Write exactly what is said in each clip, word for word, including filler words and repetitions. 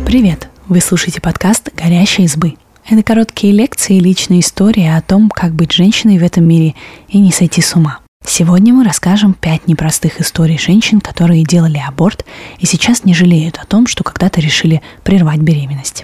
Привет! Вы слушаете подкаст «Горящие избы». Это короткие лекции и личные истории о том, как быть женщиной в этом мире и не сойти с ума. Сегодня мы расскажем пять непростых историй женщин, которые делали аборт и сейчас не жалеют о том, что когда-то решили прервать беременность.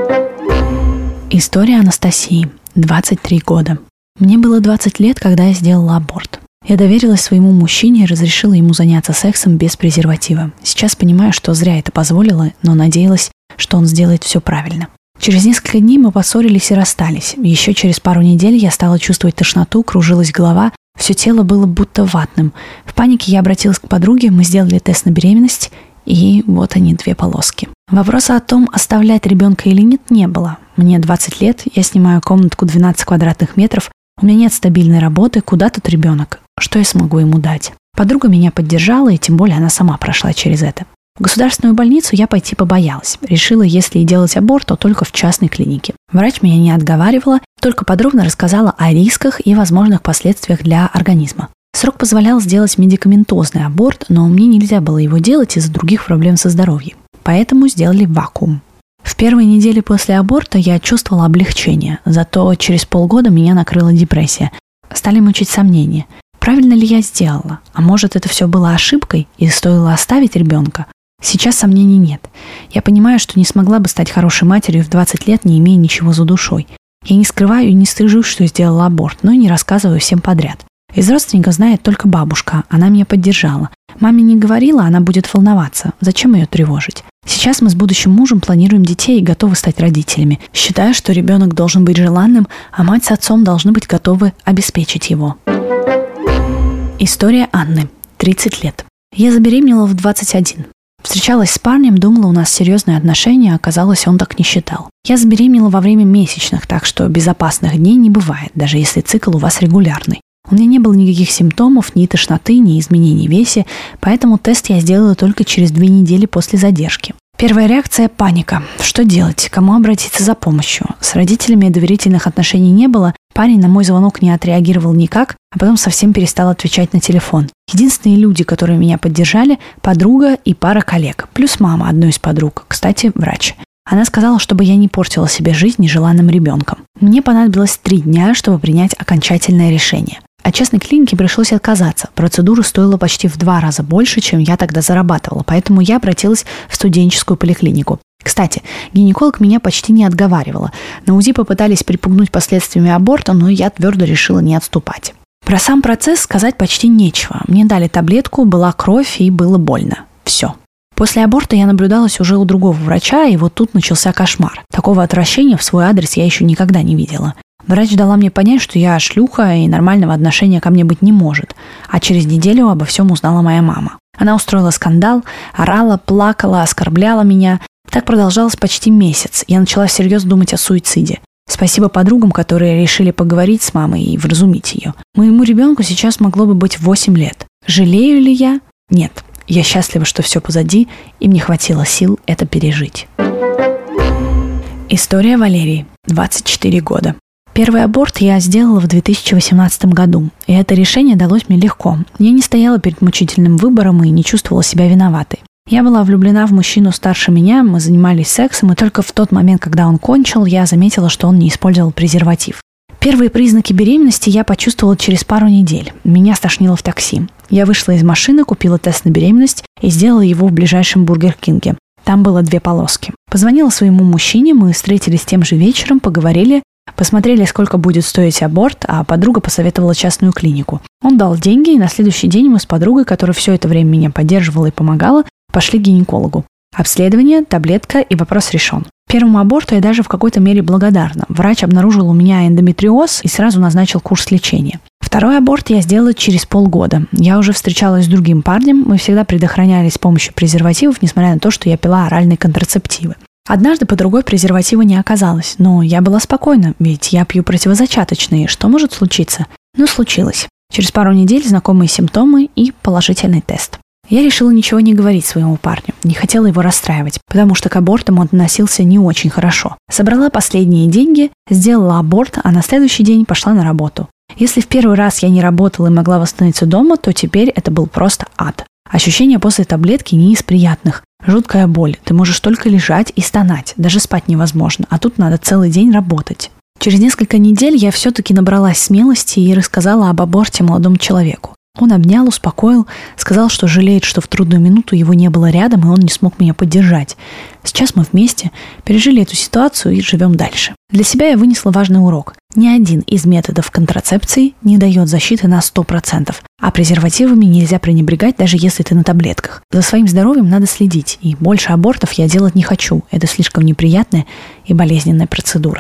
История Анастасии, двадцать три года. Мне было двадцать лет, когда я сделала аборт. Я доверилась своему мужчине и разрешила ему заняться сексом без презерватива. Сейчас понимаю, что зря это позволила, но надеялась, что он сделает все правильно. Через несколько дней мы поссорились и расстались. Еще через пару недель я стала чувствовать тошноту, кружилась голова, все тело было будто ватным. В панике я обратилась к подруге, мы сделали тест на беременность, и вот они, две полоски. Вопроса о том, оставлять ребенка или нет, не было. Мне двадцать лет, я снимаю комнатку двенадцать квадратных метров, у меня нет стабильной работы, куда тут ребенок? Что я смогу ему дать? Подруга меня поддержала, и тем более она сама прошла через это. В государственную больницу я пойти побоялась. Решила, если и делать аборт, то только в частной клинике. Врач меня не отговаривала, только подробно рассказала о рисках и возможных последствиях для организма. Срок позволял сделать медикаментозный аборт, но мне нельзя было его делать из-за других проблем со здоровьем. Поэтому сделали вакуум. В первые недели после аборта я чувствовала облегчение, зато через полгода меня накрыла депрессия. Стали мучить сомнения. Правильно ли я сделала? А может, это все было ошибкой и стоило оставить ребенка? Сейчас сомнений нет. Я понимаю, что не смогла бы стать хорошей матерью в двадцать лет, не имея ничего за душой. Я не скрываю и не стыжусь, что сделала аборт, но и не рассказываю всем подряд. Из родственников знает только бабушка, она меня поддержала. Маме не говорила, она будет волноваться. Зачем ее тревожить? Сейчас мы с будущим мужем планируем детей и готовы стать родителями. Считаю, что ребенок должен быть желанным, а мать с отцом должны быть готовы обеспечить его. История Анны, тридцать лет. Я забеременела в двадцать один. Встречалась с парнем, думала, у нас серьезные отношения, оказалось, он так не считал. Я забеременела во время месячных, так что безопасных дней не бывает, даже если цикл у вас регулярный. У меня не было никаких симптомов, ни тошноты, ни изменений в весе, поэтому тест я сделала только через две недели после задержки. Первая реакция – паника. Что делать? Кому обратиться за помощью? С родителями доверительных отношений не было, парень на мой звонок не отреагировал никак, а потом совсем перестал отвечать на телефон. Единственные люди, которые меня поддержали – подруга и пара коллег, плюс мама одной из подруг, кстати, врач. Она сказала, чтобы я не портила себе жизнь нежеланным ребенком. Мне понадобилось три дня, чтобы принять окончательное решение. От частной клиники пришлось отказаться. Процедура стоила почти в два раза больше, чем я тогда зарабатывала, поэтому я обратилась в студенческую поликлинику. Кстати, гинеколог меня почти не отговаривала. На УЗИ попытались припугнуть последствиями аборта, но я твердо решила не отступать. Про сам процесс сказать почти нечего. Мне дали таблетку, была кровь и было больно. Все. После аборта я наблюдалась уже у другого врача, и вот тут начался кошмар. Такого отвращения в свой адрес я еще никогда не видела. Врач дала мне понять, что я шлюха и нормального отношения ко мне быть не может. А через неделю обо всем узнала моя мама. Она устроила скандал, орала, плакала, оскорбляла меня. Так продолжалось почти месяц. Я начала всерьез думать о суициде. Спасибо подругам, которые решили поговорить с мамой и вразумить ее. Моему ребенку сейчас могло бы быть восемь лет. Жалею ли я? Нет. Я счастлива, что все позади, и мне хватило сил это пережить. История Валерии, двадцать четыре года. Первый аборт я сделала в две тысячи восемнадцатом году, и это решение далось мне легко. Я не стояла перед мучительным выбором и не чувствовала себя виноватой. Я была влюблена в мужчину старше меня, мы занимались сексом, и только в тот момент, когда он кончил, я заметила, что он не использовал презерватив. Первые признаки беременности я почувствовала через пару недель. Меня стошнило в такси. Я вышла из машины, купила тест на беременность и сделала его в ближайшем Бургер Кинге. Там было две полоски. Позвонила своему мужчине, мы встретились тем же вечером, поговорили, посмотрели, сколько будет стоить аборт, а подруга посоветовала частную клинику. Он дал деньги, и на следующий день мы с подругой, которая все это время меня поддерживала и помогала, пошли к гинекологу. Обследование, таблетка и вопрос решен. Первому аборту я даже в какой-то мере благодарна. Врач обнаружил у меня эндометриоз и сразу назначил курс лечения. Второй аборт я сделала через полгода. Я уже встречалась с другим парнем, мы всегда предохранялись с помощью презервативов, несмотря на то, что я пила оральные контрацептивы. Однажды по другой презерватива не оказалось, но я была спокойна, ведь я пью противозачаточные, что может случиться? Ну, случилось. Через пару недель знакомые симптомы и положительный тест. Я решила ничего не говорить своему парню, не хотела его расстраивать, потому что к абортам он относился не очень хорошо. Собрала последние деньги, сделала аборт, а на следующий день пошла на работу. Если в первый раз я не работала и могла восстановиться дома, то теперь это был просто ад. Ощущения после таблетки не из приятных. Жуткая боль, ты можешь только лежать и стонать, даже спать невозможно, а тут надо целый день работать. Через несколько недель я все-таки набралась смелости и рассказала об аборте молодому человеку. Он обнял, успокоил, сказал, что жалеет, что в трудную минуту его не было рядом, и он не смог меня поддержать. Сейчас мы вместе пережили эту ситуацию и живем дальше. Для себя я вынесла важный урок. Ни один из методов контрацепции не дает защиты на сто процентов, а презервативами нельзя пренебрегать, даже если ты на таблетках. За своим здоровьем надо следить, и больше абортов я делать не хочу. Это слишком неприятная и болезненная процедура.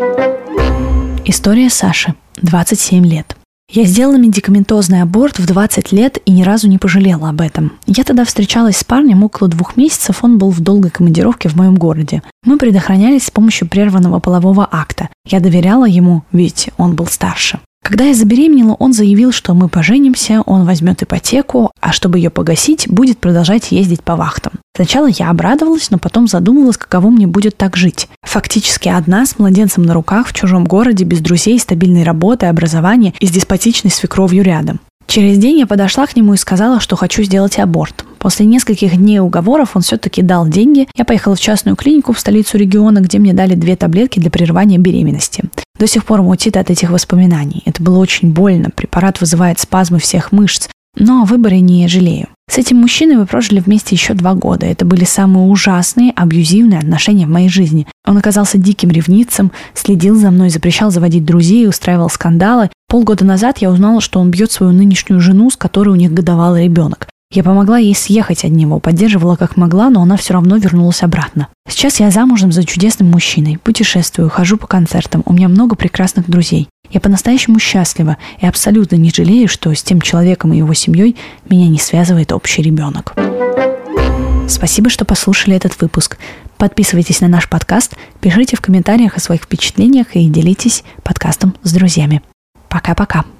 История Саши, двадцать семь лет. Я сделала медикаментозный аборт в двадцать лет и ни разу не пожалела об этом. Я тогда встречалась с парнем около двух месяцев, он был в долгой командировке в моем городе. Мы предохранялись с помощью прерванного полового акта. Я доверяла ему, ведь он был старше. Когда я забеременела, он заявил, что мы поженимся, он возьмет ипотеку, а чтобы ее погасить, будет продолжать ездить по вахтам. Сначала я обрадовалась, но потом задумалась, каково мне будет так жить. Фактически одна, с младенцем на руках, в чужом городе, без друзей, стабильной работы, образования и с деспотичной свекровью рядом. Через день я подошла к нему и сказала, что хочу сделать аборт. После нескольких дней уговоров он все-таки дал деньги. Я поехала в частную клинику в столицу региона, где мне дали две таблетки для прерывания беременности. До сих пор мутит от этих воспоминаний. Это было очень больно. Препарат вызывает спазмы всех мышц. Но о выборе не жалею. С этим мужчиной мы прожили вместе еще два года. Это были самые ужасные, абьюзивные отношения в моей жизни. Он оказался диким ревнивцем, следил за мной, запрещал заводить друзей, устраивал скандалы. Полгода назад я узнала, что он бьет свою нынешнюю жену, с которой у них годовалый ребенок. Я помогла ей съехать от него, поддерживала как могла, но она все равно вернулась обратно. Сейчас я замужем за чудесным мужчиной, путешествую, хожу по концертам, у меня много прекрасных друзей. Я по-настоящему счастлива и абсолютно не жалею, что с тем человеком и его семьей меня не связывает общий ребенок. Спасибо, что послушали этот выпуск. Подписывайтесь на наш подкаст, пишите в комментариях о своих впечатлениях и делитесь подкастом с друзьями. Пока-пока.